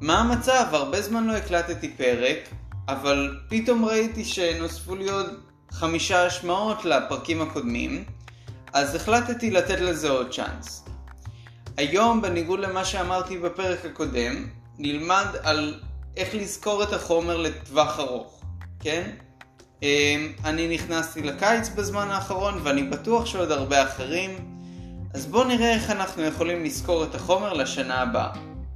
מה המצב? הרבה זמן לא הקלטתי פרק, אבל פתאום ראיתי שנוספו לי עוד 5 השמעות לפרקים הקודמים, אז החלטתי לתת לזה עוד צ'אנס. היום, בניגוד למה שאמרתי בפרק הקודם, נלמד על איך לזכור את החומר לטווח ארוך, כן? אני נכנסתי לקיץ בזמן האחרון ואני בטוח שעוד הרבה אחרים, אז בואו נראה איך אנחנו יכולים לזכור את החומר לשנה הבאה.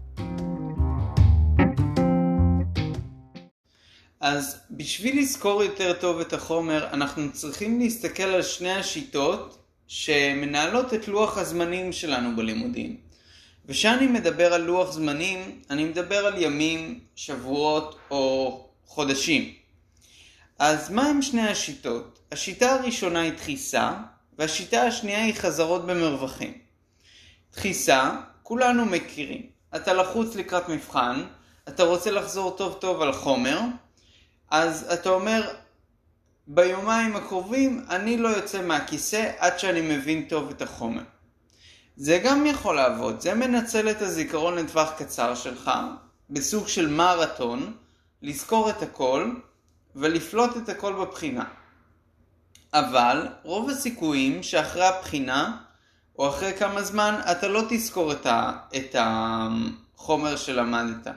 אז בשביל לזכור יותר טוב את החומר, אנחנו צריכים להסתכל על שני השיטות שמנהלות את לוח הזמנים שלנו בלימודים. ושאני מדבר על לוח זמנים, אני מדבר על ימים, שבועות או חודשים. אז מה הם שני השיטות? השיטה הראשונה היא דחיסה, והשיטה השנייה היא חזרות במרווחים. דחיסה, כולנו מכירים. אתה לחוץ לקראת מבחן, אתה רוצה לחזור טוב טוב על חומר, אז אתה אומר, ביומיים הקרובים אני לא יוצא מהכיסא עד שאני מבין טוב את החומר. זה גם יכול לעבוד, זה מנצל את הזיכרון לטווח קצר שלך, בסוג של מרתון, לזכור את הכל ולפלוט את הכל בבחינה. אבל רוב הסיכויים שאחרי הבחינה, או אחרי כמה זמן, אתה לא תזכור את החומר שלמדת.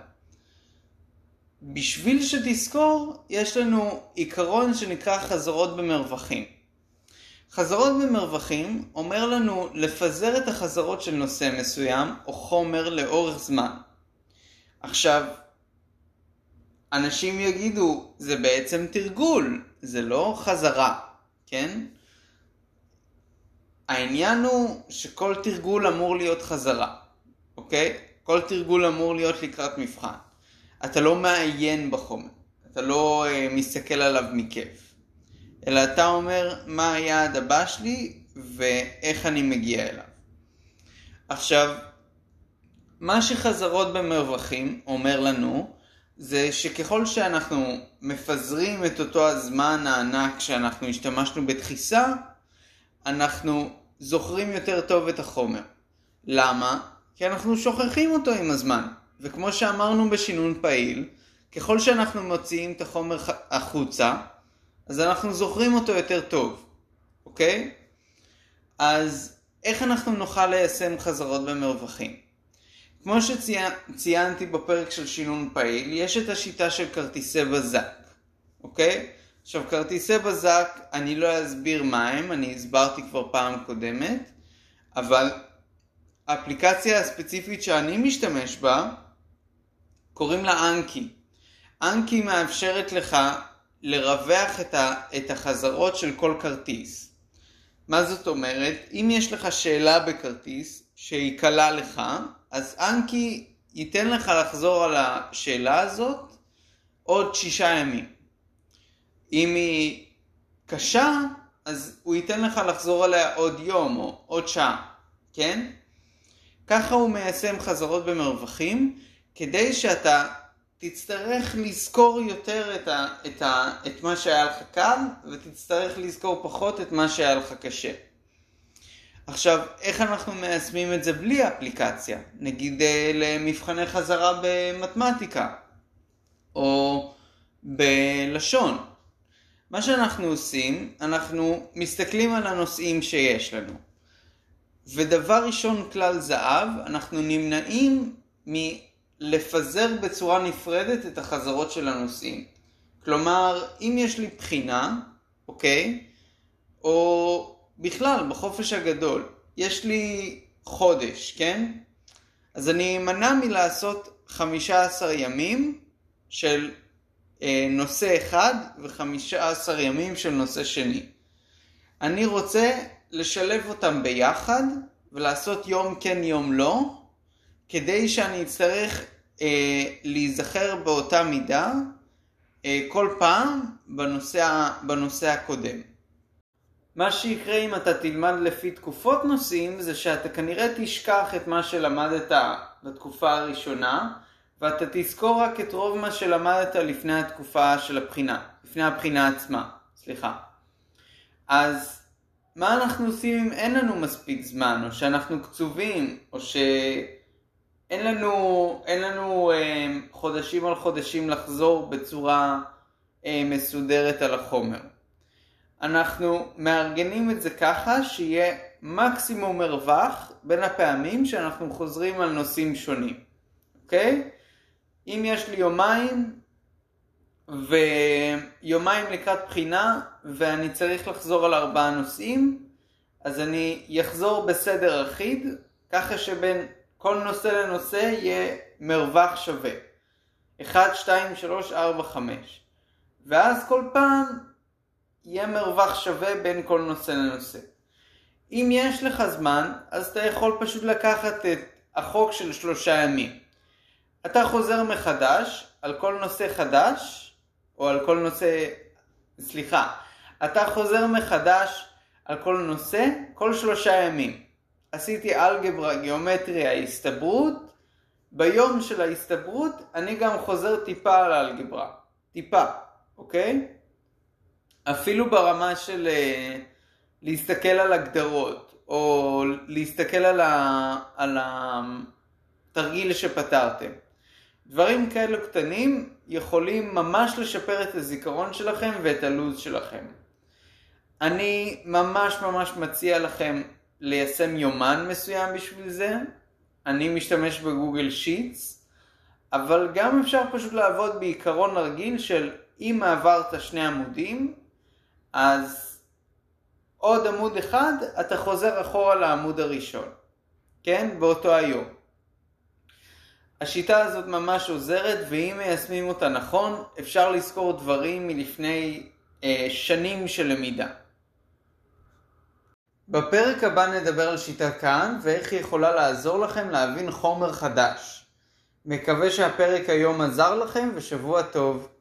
בשביל שתזכור, יש לנו עיקרון שנקרא חזרות במרווחים. חזרות במרווחים אומר לנו לפזר את החזרות של נושא מסוים או חומר לאורך זמן. עכשיו, אנשים יגידו, זה בעצם תרגול, זה לא חזרה, כן? העניין הוא שכל תרגול אמור להיות חזרה, אוקיי? כל תרגול אמור להיות לקראת מבחן. אתה לא מעיין בחומר, אתה לא מסתכל עליו מכיף, אלא אתה אומר מה היעד הבא שלי ואיך אני מגיע אליו. עכשיו, מה שחזרות במרווחים אומר לנו, זה שככל שאנחנו מפזרים את אותו הזמן הענק שאנחנו השתמשנו בדחיסה, אנחנו זוכרים יותר טוב את החומר. למה? כי אנחנו שוכחים אותו עם הזמן. וכמו שאמרנו בשינון פעיל, ככל שאנחנו מוציאים את החומר החוצה, אז אנחנו זוכרים אותו יותר טוב. אוקיי? אז איך אנחנו נוכל ליישם חזרות במרווחים? כמו שציינתי בפרק של שינון פעיל, יש את השיטה של כרטיסי בזק. אוקיי? עכשיו, כרטיסי בזק, אני לא אסביר מה הם, אני הסברתי כבר פעם קודמת, אבל האפליקציה הספציפית שאני משתמש בה, קוראים לה אנקי. אנקי מאפשרת לך לרווח את החזרות של כל כרטיס. מה זאת אומרת? אם יש לך שאלה בכרטיס שהיא קלה לך, אז אנקי ייתן לך לחזור על השאלה הזאת עוד 6 ימים. אם היא קשה, אז הוא ייתן לך לחזור עליה עוד יום או עוד שעה, כן? ככה הוא מיישם חזרות במרווחים, כדי שאתה תצטרך לזכור יותר את מה שהיה לך קל, ותצטרך לזכור פחות את מה שהיה לך קשה. עכשיו, איך אנחנו מיישמים את זה בלי אפליקציה? נגיד למבחני חזרה במתמטיקה, או בלשון. מה שאנחנו עושים, אנחנו מסתכלים על הנושאים שיש לנו. ודבר ראשון, כלל זהב, אנחנו נמנעים מלפזר בצורה נפרדת את החזרות של הנושאים. כלומר, אם יש לי בחינה, אוקיי? או בכלל, בחופש הגדול, יש לי חודש, כן? אז אני אמנע מלעשות 15 ימים של נושא אחד ו15 ימים של נושא שני. אני רוצה לשלב אותם ביחד ולעשות יום כן יום לא, כדי שאני אצטרך להיזכר באותה מידה כל פעם בנושא הקודם. מה שיקרה אם אתה תלמד לפי תקופות נושאים, זה שאתה כנראה תשכח את מה שלמדת בתקופה הראשונה, ואתה תזכור רק את רוב מה שלמדת לפני התקופה של הבחינה, לפני הבחינה עצמה, סליחה. אז מה אנחנו עושים אם אין לנו מספיק זמן, או שאנחנו קצובים, או אין לנו חודשים על חודשים לחזור בצורה מסודרת על החומר. אנחנו מארגנים את זה ככה שיהיה מקסימום מרווח בין הפעמים שאנחנו חוזרים על נושאים שונים. אוקיי? אם יש לי יומיים לקראת בחינה ואני צריך לחזור על 4 נושאים, אז אני אחזור בסדר אחיד, ככה שבין כל נושא לנושא יהיה מרווח שווה. 1, 2, 3, 4, 5. ואז כל פעם יהיה מרווח שווה בין כל נושא לנושא. אם יש לך זמן, אז אתה יכול פשוט לקחת את החוק של 3 ימים. אתה חוזר מחדש על כל נושא חדש, או על כל נושא, אתה חוזר מחדש על כל נושא כל 3 ימים. עשיתי אלגברה, גיאומטריה, הסתברות. ביום של ההסתברות אני גם חוזר טיפה על האלגברה. טיפה, אוקיי? אפילו ברמה של להסתכל על הגדרות, או להסתכל על התרגיל שפתרתם. דברים כאלו קטנים יכולים ממש לשפר את הזיכרון שלכם ואת הלוז שלכם. אני ממש מציע לכם ליישם יומן מסוים בשביל זה. אני משתמש בגוגל שיטס, אבל גם אפשר פשוט לעבוד בעיקרון רגיל של אם עברת 2 עמודים, אז עוד עמוד אחד אתה חוזר אחורה לעמוד הראשון. כן? באותו היום. השיטה הזאת ממש עוזרת, ואם מיישמים אותה נכון, אפשר לזכור דברים מלפני שנים של למידה. בפרק הבא נדבר על שיטת קאהן ואיך היא יכולה לעזור לכם להבין חומר חדש. מקווה שהפרק היום עזר לכם ושבוע טוב.